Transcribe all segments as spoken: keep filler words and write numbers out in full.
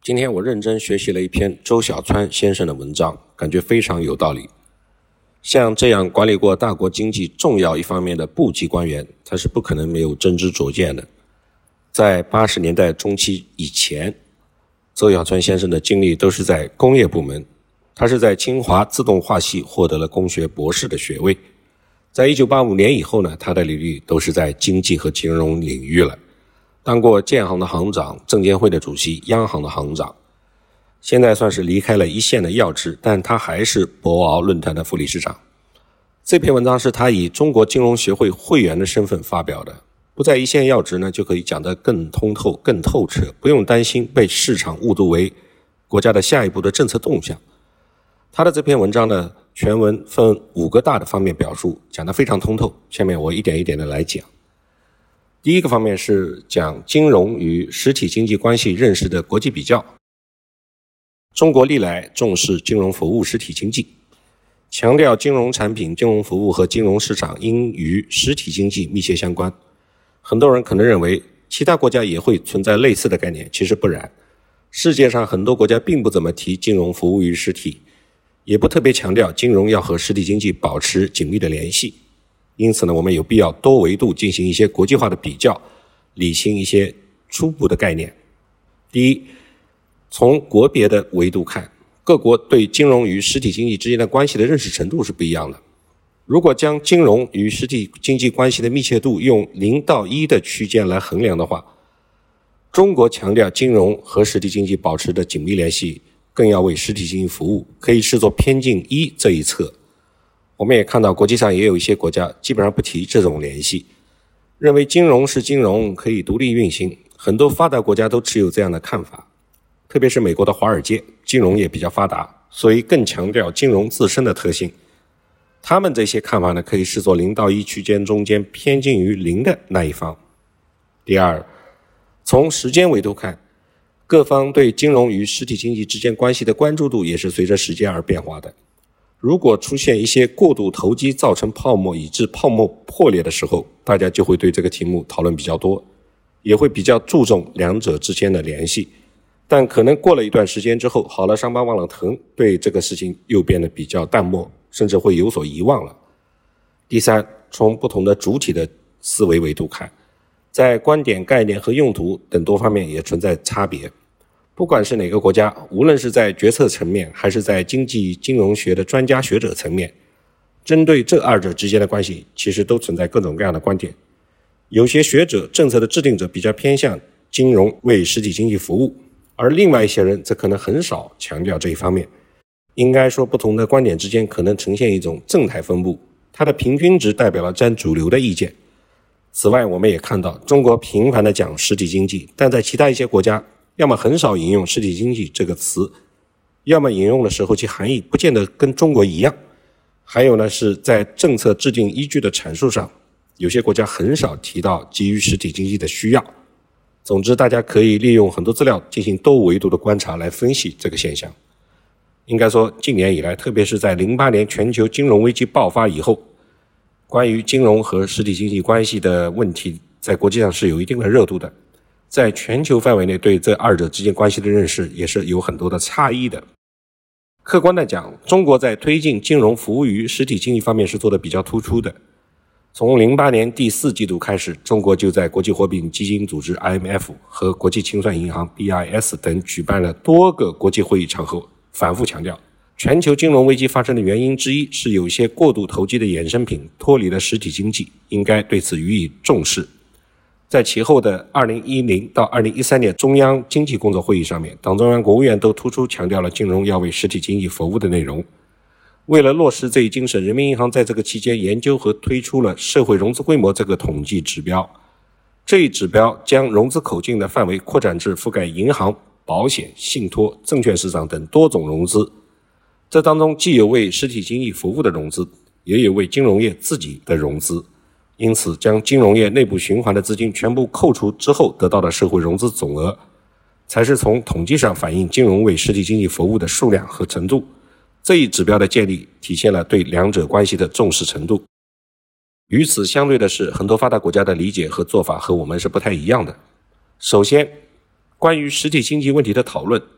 今天我认真学习了一篇周小川先生的文章，感觉非常有道理。像这样管理过大国经济重要一方面的部级官员，他是不可能没有真知灼见的。在八十年代中期以前，周小川先生的经历都是在工业部门，他是在清华自动化系获得了工学博士的学位。在一九八五年以后呢，他的履历都是在经济和金融领域了。当过建行的行长、证监会的主席、央行的行长，现在算是离开了一线的要职，但他还是博鳌论坛的副理事长。这篇文章是他以中国金融学会会员的身份发表的，不在一线要职呢，就可以讲得更通透、更透彻，不用担心被市场误读为国家的下一步的政策动向。他的这篇文章的全文分五个大的方面表述，讲得非常通透，下面我一点一点的来讲。第一个方面是讲金融与实体经济关系认识的国际比较。中国历来重视金融服务实体经济，强调金融产品、金融服务和金融市场应与实体经济密切相关。很多人可能认为其他国家也会存在类似的概念，其实不然。世界上很多国家并不怎么提金融服务与实体，也不特别强调金融要和实体经济保持紧密的联系。因此呢，我们有必要多维度进行一些国际化的比较，理清一些初步的概念。第一，从国别的维度看，各国对金融与实体经济之间的关系的认识程度是不一样的。如果将金融与实体经济关系的密切度用零到一的区间来衡量的话，中国强调金融和实体经济保持的紧密联系，更要为实体经济服务，可以视作偏近一这一侧。我们也看到国际上也有一些国家基本上不提这种联系，认为金融是金融，可以独立运行。很多发达国家都持有这样的看法，特别是美国的华尔街，金融业比较发达，所以更强调金融自身的特性。他们这些看法呢，可以视作零到一区间中间偏近于零的那一方。第二，从时间维度看，各方对金融与实体经济之间关系的关注度也是随着时间而变化的。如果出现一些过度投机造成泡沫以致泡沫破裂的时候，大家就会对这个题目讨论比较多，也会比较注重两者之间的联系。但可能过了一段时间之后，好了伤疤忘了疼，对这个事情又变得比较淡漠，甚至会有所遗忘了。第三，从不同的主体的思维维度看，在观点、概念和用途等多方面也存在差别。不管是哪个国家，无论是在决策层面还是在经济金融学的专家学者层面，针对这二者之间的关系，其实都存在各种各样的观点。有些学者、政策的制定者比较偏向金融为实体经济服务，而另外一些人则可能很少强调这一方面。应该说，不同的观点之间可能呈现一种正态分布，它的平均值代表了占主流的意见。此外，我们也看到中国频繁地讲实体经济，但在其他一些国家要么很少引用实体经济这个词，要么引用的时候其含义不见得跟中国一样。还有呢，是在政策制定依据的阐述上，有些国家很少提到基于实体经济的需要。总之，大家可以利用很多资料进行多维度的观察来分析这个现象。应该说，近年以来，特别是在零八年全球金融危机爆发以后，关于金融和实体经济关系的问题在国际上是有一定的热度的。在全球范围内，对这二者之间关系的认识也是有很多的差异的。客观的讲，中国在推进金融服务于实体经济方面是做得比较突出的。从零八年第四季度开始，中国就在国际货币基金组织 I M F 和国际清算银行 B I S 等举办了多个国际会议场合，反复强调，全球金融危机发生的原因之一是有些过度投机的衍生品脱离了实体经济，应该对此予以重视。在其后的二零一零到二零一三年中央经济工作会议上面，党中央、国务院都突出强调了金融要为实体经济服务的内容。为了落实这一精神，人民银行在这个期间研究和推出了社会融资规模这个统计指标。这一指标将融资口径的范围扩展至覆盖银行、保险、信托、证券市场等多种融资。这当中既有为实体经济服务的融资，也有为金融业自己的融资。因此，将金融业内部循环的资金全部扣除之后得到的社会融资总额，才是从统计上反映金融为实体经济服务的数量和程度。这一指标的建立体现了对两者关系的重视程度。与此相对的是，很多发达国家的理解和做法和我们是不太一样的。首先，关于实体经济问题的讨论，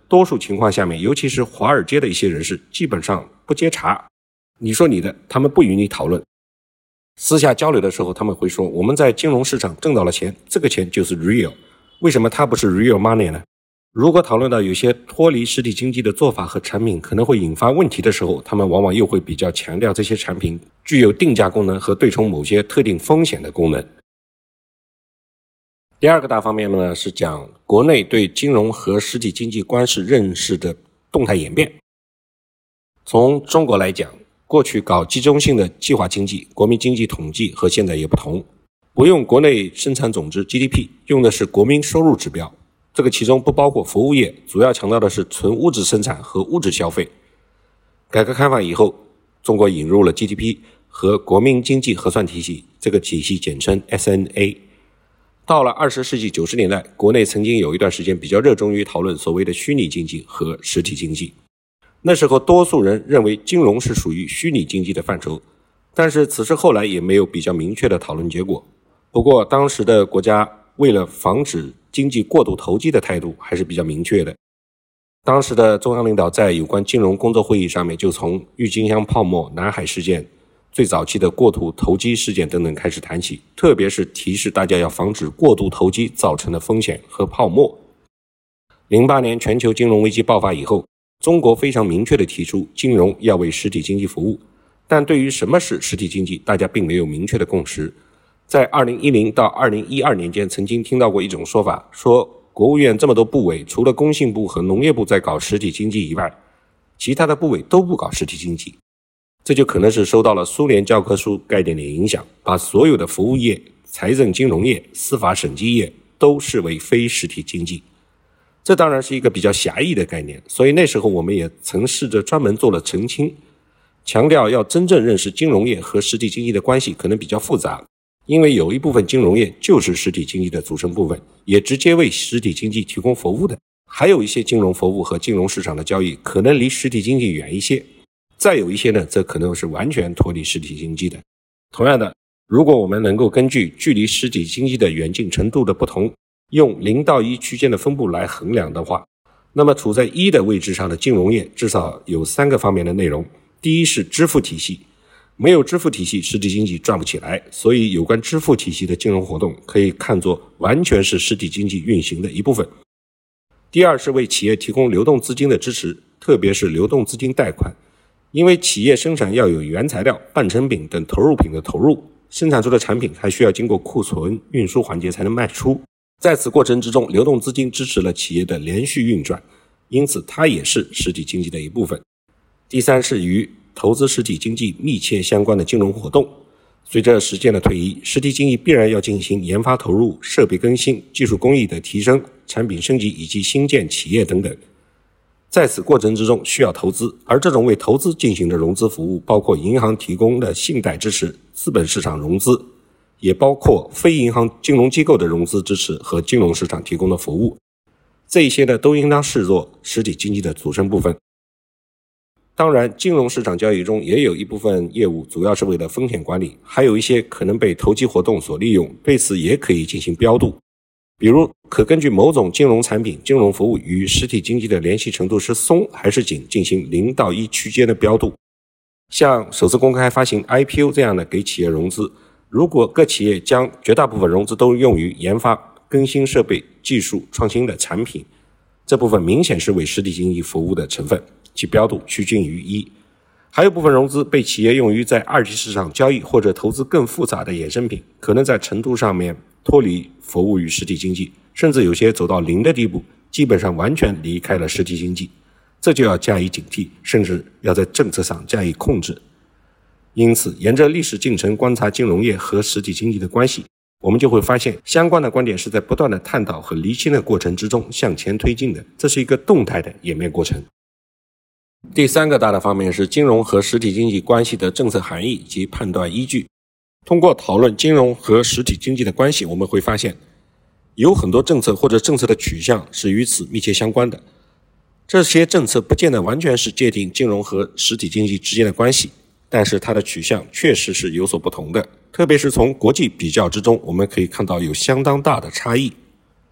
多数情况下面，尤其是华尔街的一些人士，基本上不接茬。你说你的，他们不与你讨论。私下交流的时候，他们会说，我们在金融市场挣到了钱，这个钱就是 real。为什么它不是 real money 呢？如果讨论到有些脱离实体经济的做法和产品可能会引发问题的时候，他们往往又会比较强调这些产品具有定价功能和对冲某些特定风险的功能。第二个大方面呢，是讲国内对金融和实体经济关系认识的动态演变。从中国来讲，过去搞集中性的计划经济、国民经济统计和现在也不同，不用国内生产总值 G D P， 用的是国民收入指标。这个其中不包括服务业，主要强调的是纯物质生产和物质消费。改革开放以后，中国引入了 G D P 和国民经济核算体系，这个体系简称 S N A。 到了二十世纪九十年代，国内曾经有一段时间比较热衷于讨论所谓的虚拟经济和实体经济。那时候多数人认为金融是属于虚拟经济的范畴，但是此事后来也没有比较明确的讨论结果。不过当时的国家为了防止经济过度投机的态度还是比较明确的。当时的中央领导在有关金融工作会议上面，就从郁金香泡沫、南海事件、最早期的过度投机事件等等开始谈起，特别是提示大家要防止过度投机造成的风险和泡沫。零八年全球金融危机爆发以后，中国非常明确地提出金融要为实体经济服务，但对于什么是实体经济，大家并没有明确的共识。在二零一零到二零一二年间，曾经听到过一种说法，说国务院这么多部委，除了工信部和农业部在搞实体经济以外，其他的部委都不搞实体经济。这就可能是受到了苏联教科书概念的影响，把所有的服务业、财政金融业、司法审计业都视为非实体经济。这当然是一个比较狭义的概念，所以那时候我们也曾试着专门做了澄清，强调要真正认识金融业和实体经济的关系可能比较复杂，因为有一部分金融业就是实体经济的组成部分，也直接为实体经济提供服务的。还有一些金融服务和金融市场的交易可能离实体经济远一些，再有一些呢，则可能是完全脱离实体经济的。同样的，如果我们能够根据距离实体经济的远近程度的不同，用零到一区间的分布来衡量的话，那么处在一的位置上的金融业至少有三个方面的内容。第一是支付体系，没有支付体系，实体经济转不起来，所以有关支付体系的金融活动可以看作完全是实体经济运行的一部分。第二是为企业提供流动资金的支持，特别是流动资金贷款，因为企业生产要有原材料、半成品等投入品的投入，生产出的产品还需要经过库存、运输环节才能卖出。在此过程之中，流动资金支持了企业的连续运转，因此它也是实体经济的一部分。第三是与投资实体经济密切相关的金融活动。随着时间的推移，实体经济必然要进行研发投入、设备更新、技术工艺的提升、产品升级以及新建企业等等。在此过程之中需要投资，而这种为投资进行的融资服务，包括银行提供的信贷支持、资本市场融资，也包括非银行金融机构的融资支持和金融市场提供的服务。这一些呢，都应当视作实体经济的组成部分。当然，金融市场交易中也有一部分业务主要是为了风险管理，还有一些可能被投机活动所利用，对此也可以进行标度。比如，可根据某种金融产品、金融服务与实体经济的联系程度是松还是紧，进行零到一区间的标度。像首次公开发行 I P O 这样的给企业融资，如果各企业将绝大部分融资都用于研发、更新设备、技术创新的产品，这部分明显是为实体经济服务的成分，其标度趋近于一。还有部分融资被企业用于在二级市场交易或者投资更复杂的衍生品，可能在程度上面脱离服务于实体经济，甚至有些走到零的地步，基本上完全离开了实体经济，这就要加以警惕，甚至要在政策上加以控制。因此，沿着历史进程观察金融业和实体经济的关系，我们就会发现相关的观点是在不断的探讨和厘清的过程之中向前推进的，这是一个动态的演变过程。第三个大的方面是金融和实体经济关系的政策含义及判断依据。通过讨论金融和实体经济的关系，我们会发现有很多政策或者政策的取向是与此密切相关的。这些政策不见得完全是界定金融和实体经济之间的关系，但是它的取向确实是有所不同的，特别是从国际比较之中，我们可以看到有相当大的差异。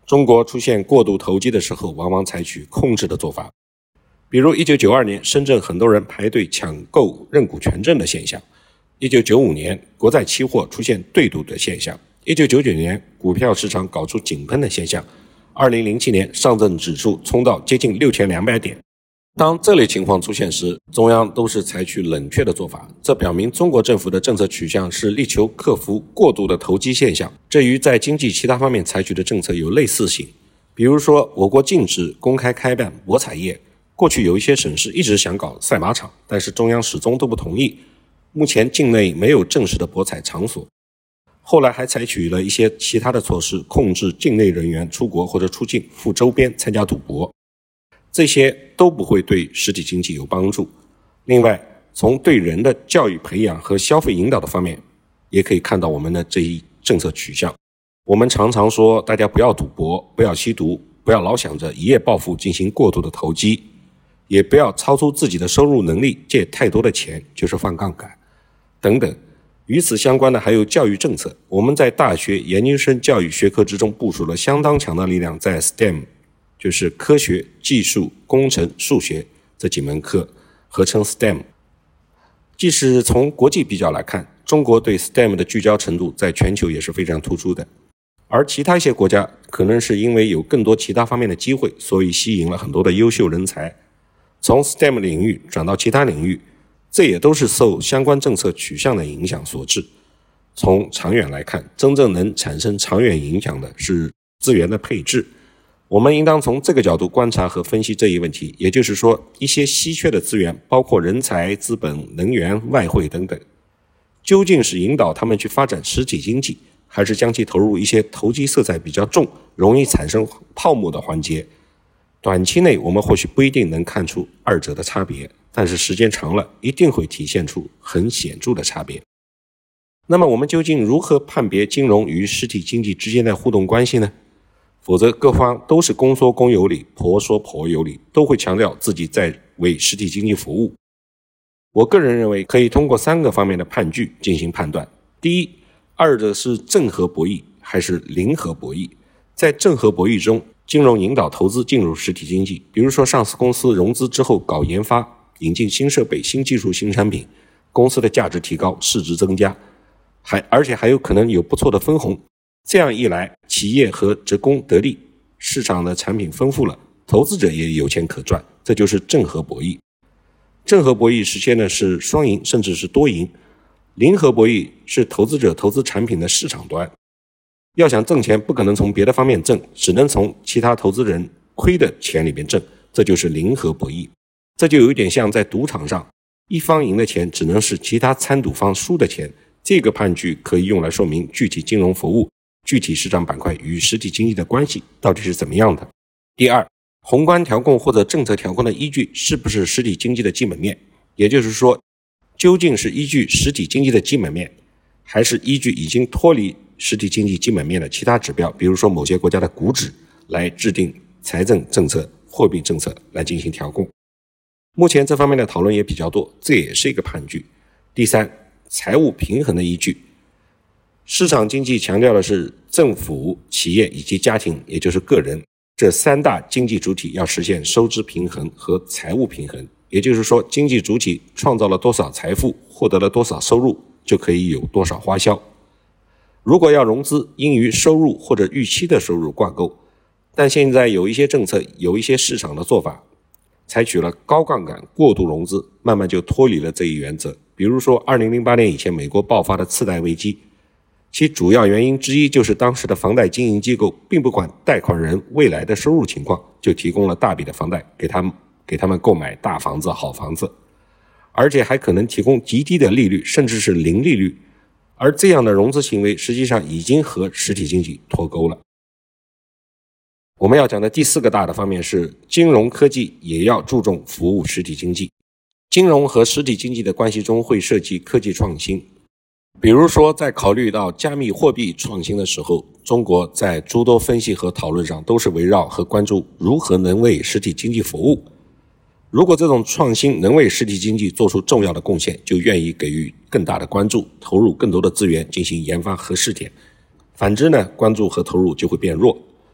中国出现过度投机的时候，往往采取控制的做法。比如一九九二年，深圳很多人排队抢购认股权证的现象；一九九五年，国债期货出现对赌的现象；一九九九年，股票市场搞出井喷的现象；二零零七年，上证指数冲到接近六千两百点。当这类情况出现时，中央都是采取冷却的做法，这表明中国政府的政策取向是力求克服过度的投机现象，这与在经济其他方面采取的政策有类似性。比如说，我国禁止公开开办博彩业，过去有一些省市一直想搞赛马场，但是中央始终都不同意，目前境内没有正式的博彩场所。后来还采取了一些其他的措施，控制境内人员出国或者出境赴周边参加赌博，这些都不会对实体经济有帮助。另外，从对人的教育培养和消费引导的方面，也可以看到我们的这一政策取向。我们常常说大家不要赌博，不要吸毒，不要老想着一夜暴富进行过度的投机，也不要超出自己的收入能力借太多的钱，就是放杠杆等等。与此相关的还有教育政策，我们在大学研究生教育学科之中部署了相当强的力量在 S T E M， 就是科学、技术、工程、数学这几门课，合称 S T E M。 即使从国际比较来看，中国对 S T E M 的聚焦程度在全球也是非常突出的，而其他一些国家可能是因为有更多其他方面的机会，所以吸引了很多的优秀人才从 S T E M 领域转到其他领域，这也都是受相关政策取向的影响所致。从长远来看，真正能产生长远影响的是资源的配置。我们应当从这个角度观察和分析这一问题，也就是说，一些稀缺的资源，包括人才、资本、能源、外汇等等，究竟是引导他们去发展实体经济，还是将其投入一些投机色彩比较重、容易产生泡沫的环节？短期内我们或许不一定能看出二者的差别，但是时间长了一定会体现出很显著的差别。那么我们究竟如何判别金融与实体经济之间的互动关系呢？否则各方都是公说公有理，婆说婆有理，都会强调自己在为实体经济服务。我个人认为可以通过三个方面的判据进行判断。第一，二者是正和博弈还是零和博弈。在正和博弈中，金融引导投资进入实体经济，比如说上市公司融资之后搞研发，引进新设备、新技术、新产品，公司的价值提高，市值增加，还而且还有可能有不错的分红。这样一来，企业和职工得利，市场的产品丰富了，投资者也有钱可赚，这就是正和博弈。正和博弈实现的是双赢，甚至是多赢。零和博弈是投资者投资产品的市场端，要想挣钱不可能从别的方面挣，只能从其他投资人亏的钱里面挣，这就是零和博弈。这就有一点像在赌场上，一方赢的钱只能是其他参赌方输的钱。这个判据可以用来说明具体金融服务、具体市场板块与实体经济的关系到底是怎么样的。第二，宏观调控或者政策调控的依据是不是实体经济的基本面，也就是说，究竟是依据实体经济的基本面，还是依据已经脱离实体经济基本面的其他指标，比如说某些国家的股指，来制定财政政策、货币政策来进行调控。目前这方面的讨论也比较多，这也是一个判据。第三，财务平衡的依据。市场经济强调的是政府、企业以及家庭，也就是个人，这三大经济主体要实现收支平衡和财务平衡，也就是说，经济主体创造了多少财富，获得了多少收入，就可以有多少花销。如果要融资，应与收入或者预期的收入挂钩，但现在有一些政策，有一些市场的做法，采取了高杠杆、过度融资，慢慢就脱离了这一原则。比如说二零零八年以前美国爆发的次贷危机，其主要原因之一就是当时的房贷经营机构并不管贷款人未来的收入情况，就提供了大笔的房贷给他们给他们购买大房子、好房子，而且还可能提供极低的利率，甚至是零利率。而这样的融资行为实际上已经和实体经济脱钩了。我们要讲的第四个大的方面是，金融科技也要注重服务实体经济。金融和实体经济的关系中会涉及科技创新，比如说在考虑到加密货币创新的时候，中国在诸多分析和讨论上都是围绕和关注如何能为实体经济服务。如果这种创新能为实体经济做出重要的贡献，就愿意给予更大的关注，投入更多的资源进行研发和试点。反之呢，关注和投入就会变弱。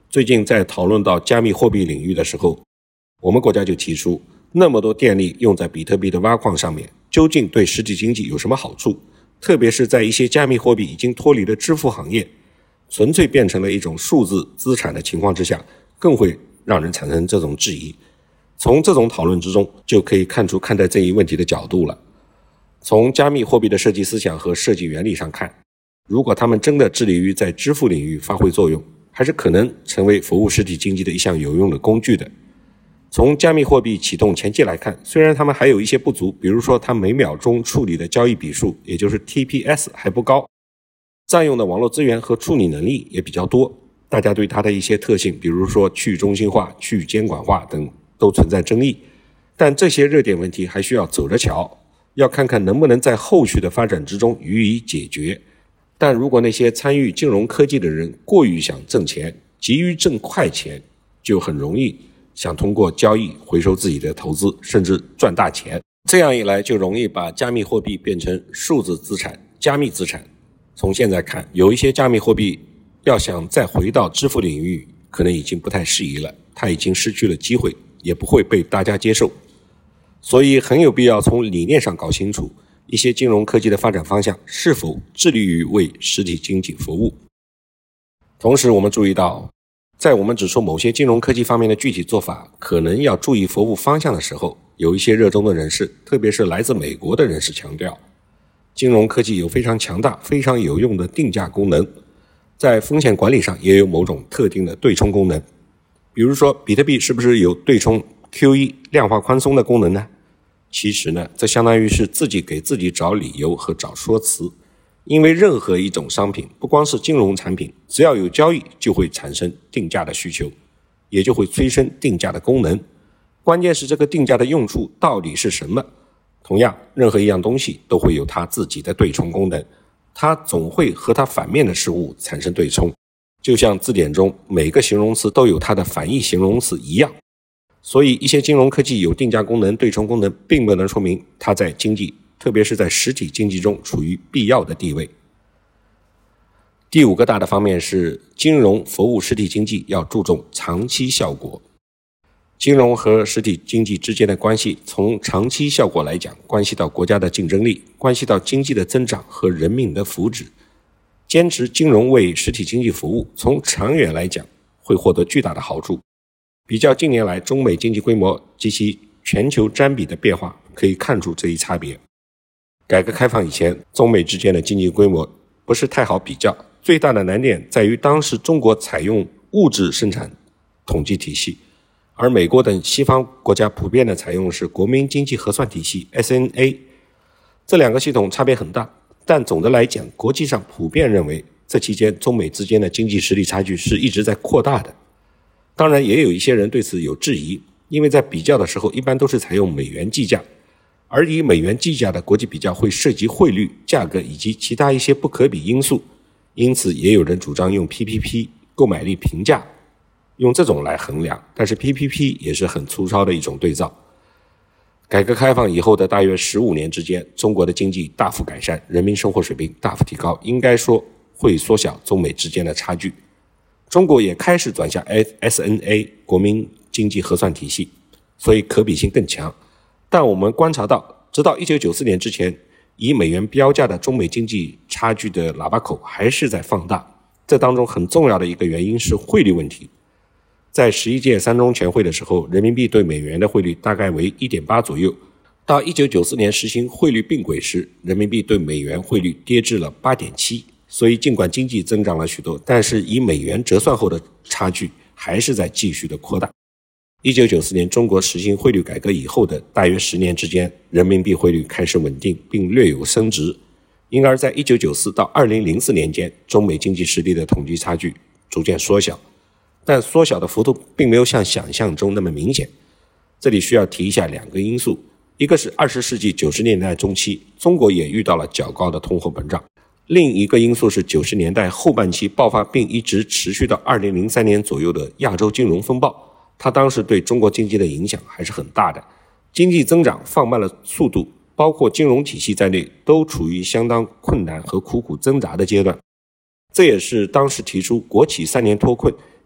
最近在讨论到加密货币领域的时候，我们国家就提出，那么多电力用在比特币的挖矿上面，究竟对实体经济有什么好处？特别是在一些加密货币已经脱离了支付行业，纯粹变成了一种数字资产的情况之下，更会让人产生这种质疑。从这种讨论之中，就可以看出看待这一问题的角度了。从加密货币的设计思想和设计原理上看，如果他们真的致力于在支付领域发挥作用，还是可能成为服务实体经济的一项有用的工具的。从加密货币启动前期来看，虽然他们还有一些不足，比如说它每秒钟处理的交易笔数，也就是 T P S 还不高，占用的网络资源和处理能力也比较多，大家对它的一些特性，比如说去中心化、去监管化等都存在争议。但这些热点问题还需要走着瞧，要看看能不能在后续的发展之中予以解决。但如果那些参与金融科技的人过于想挣钱，急于挣快钱，就很容易想通过交易回收自己的投资，甚至赚大钱。这样一来，就容易把加密货币变成数字资产、加密资产。从现在看，有一些加密货币要想再回到支付领域，可能已经不太适宜了，它已经失去了机会，也不会被大家接受。所以很有必要从理念上搞清楚，一些金融科技的发展方向是否致力于为实体经济服务。同时我们注意到，在我们指出某些金融科技方面的具体做法可能要注意服务方向的时候，有一些热衷的人士，特别是来自美国的人士强调，金融科技有非常强大、非常有用的定价功能，在风险管理上也有某种特定的对冲功能。比如说，比特币是不是有对冲 Q E 量化宽松的功能呢？其实呢，这相当于是自己给自己找理由和找说辞。因为任何一种商品，不光是金融产品，只要有交易就会产生定价的需求，也就会催生定价的功能。关键是这个定价的用处到底是什么？同样，任何一样东西都会有它自己的对冲功能，它总会和它反面的事物产生对冲，就像字典中每个形容词都有它的反义形容词一样。所以一些金融科技有定价功能、对冲功能，并不能说明它在经济，特别是在实体经济中处于必要的地位。第五个大的方面是，金融服务实体经济要注重长期效果。金融和实体经济之间的关系，从长期效果来讲，关系到国家的竞争力，关系到经济的增长和人民的福祉。坚持金融为实体经济服务，从长远来讲会获得巨大的好处。比较近年来中美经济规模及其全球占比的变化，可以看出这一差别。改革开放以前，中美之间的经济规模不是太好比较，最大的难点在于当时中国采用物质生产统计体系，而美国等西方国家普遍的采用的是国民经济核算体系 S N A。 这两个系统差别很大，但总的来讲，国际上普遍认为这期间中美之间的经济实力差距是一直在扩大的。当然也有一些人对此有质疑，因为在比较的时候一般都是采用美元计价，而以美元计价的国际比较会涉及汇率、价格以及其他一些不可比因素，因此也有人主张用 P P P 购买力评价，用这种来衡量，但是 P P P 也是很粗糙的一种对照。改革开放以后的大约十五年之间，中国的经济大幅改善，人民生活水平大幅提高，应该说会缩小中美之间的差距。中国也开始转向 S N A 国民经济核算体系，所以可比性更强。但我们观察到，直到一九九四年之前，以美元标价的中美经济差距的喇叭口还是在放大。这当中很重要的一个原因是汇率问题。在十一届三中全会的时候，人民币对美元的汇率大概为 一点八 左右。到一九九四年实行汇率并轨时，人民币对美元汇率跌至了 八点七。所以尽管经济增长了许多，但是以美元折算后的差距还是在继续的扩大。一九九四年中国实行汇率改革以后的大约十年之间，人民币汇率开始稳定并略有升值，因而在一九九四到二零零四年间，中美经济实力的统计差距逐渐缩小，但缩小的幅度并没有像想象中那么明显。这里需要提一下两个因素，一个是二十世纪九十年代中期，中国也遇到了较高的通货膨胀。另一个因素是九十年代后半期爆发并一直持续到二零零三年左右的亚洲金融风暴，它当时对中国经济的影响还是很大的，经济增长放慢了速度，包括金融体系在内都处于相当困难和苦苦挣扎的阶段。这也是当时提出国企三年脱困，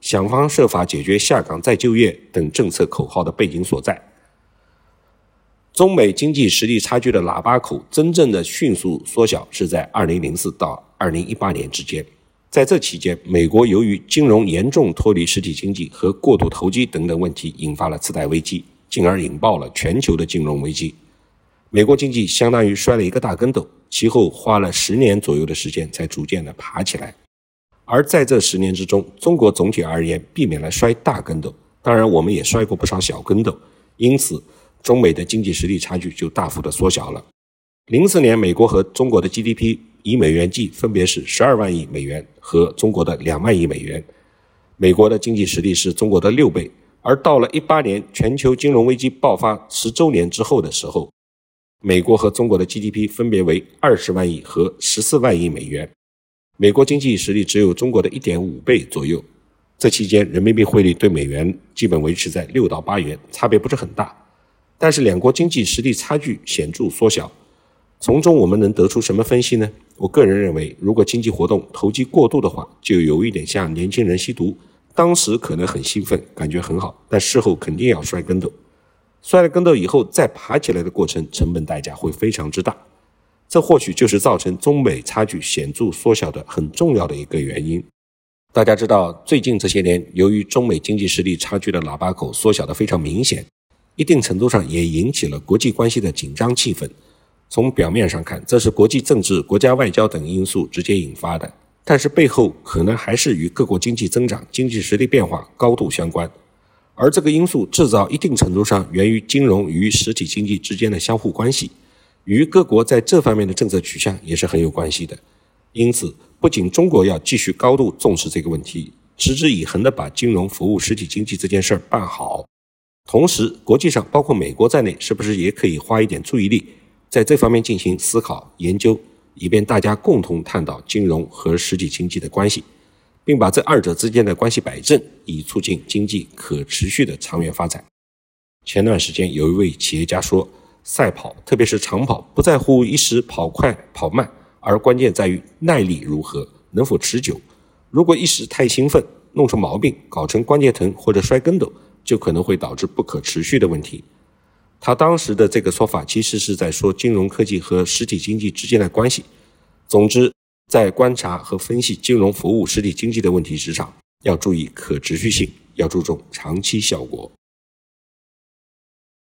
想方设法解决下岗再就业等政策口号的背景所在。中美经济实力差距的喇叭口真正的迅速缩小是在二零零四到二零一八年之间。在这期间，美国由于金融严重脱离实体经济和过度投机等等问题，引发了次贷危机，进而引爆了全球的金融危机。美国经济相当于摔了一个大跟斗，其后花了十年左右的时间才逐渐的爬起来。而在这十年之中，中国总体而言避免了摔大跟斗，当然我们也摔过不少小跟斗，因此中美的经济实力差距就大幅的缩小了。零四年美国和中国的 G D P 以美元计分别是十二万亿美元和中国的两万亿美元，美国的经济实力是中国的六倍。而到了一八年全球金融危机爆发十周年之后的时候，美国和中国的 G D P 分别为二十万亿和十四万亿美元，美国经济实力只有中国的 一点五倍左右。这期间人民币汇率对美元基本维持在六到八元，差别不是很大，但是两国经济实力差距显著缩小。从中我们能得出什么分析呢？我个人认为，如果经济活动投机过度的话，就有一点像年轻人吸毒，当时可能很兴奋，感觉很好，但事后肯定要摔跟斗。摔了跟斗以后再爬起来的过程，成本代价会非常之大。这或许就是造成中美差距显著缩小的很重要的一个原因。大家知道，最近这些年，由于中美经济实力差距的喇叭口缩小得非常明显，一定程度上也引起了国际关系的紧张气氛。从表面上看，这是国际政治、国家外交等因素直接引发的，但是背后可能还是与各国经济增长、经济实力变化高度相关。而这个因素制造一定程度上源于金融与实体经济之间的相互关系，与各国在这方面的政策取向也是很有关系的。因此，不仅中国要继续高度重视这个问题，持之以恒地把金融服务实体经济这件事儿办好，同时国际上包括美国在内，是不是也可以花一点注意力在这方面进行思考研究，以便大家共同探讨金融和实体经济的关系，并把这二者之间的关系摆正，以促进经济可持续的长远发展。前段时间有一位企业家说，赛跑特别是长跑不在乎一时跑快跑慢，而关键在于耐力如何，能否持久。如果一时太兴奋，弄出毛病，搞成关节疼或者摔跟斗，就可能会导致不可持续的问题。他当时的这个说法其实是在说金融科技和实体经济之间的关系。总之，在观察和分析金融服务实体经济的问题之上，要注意可持续性，要注重长期效果。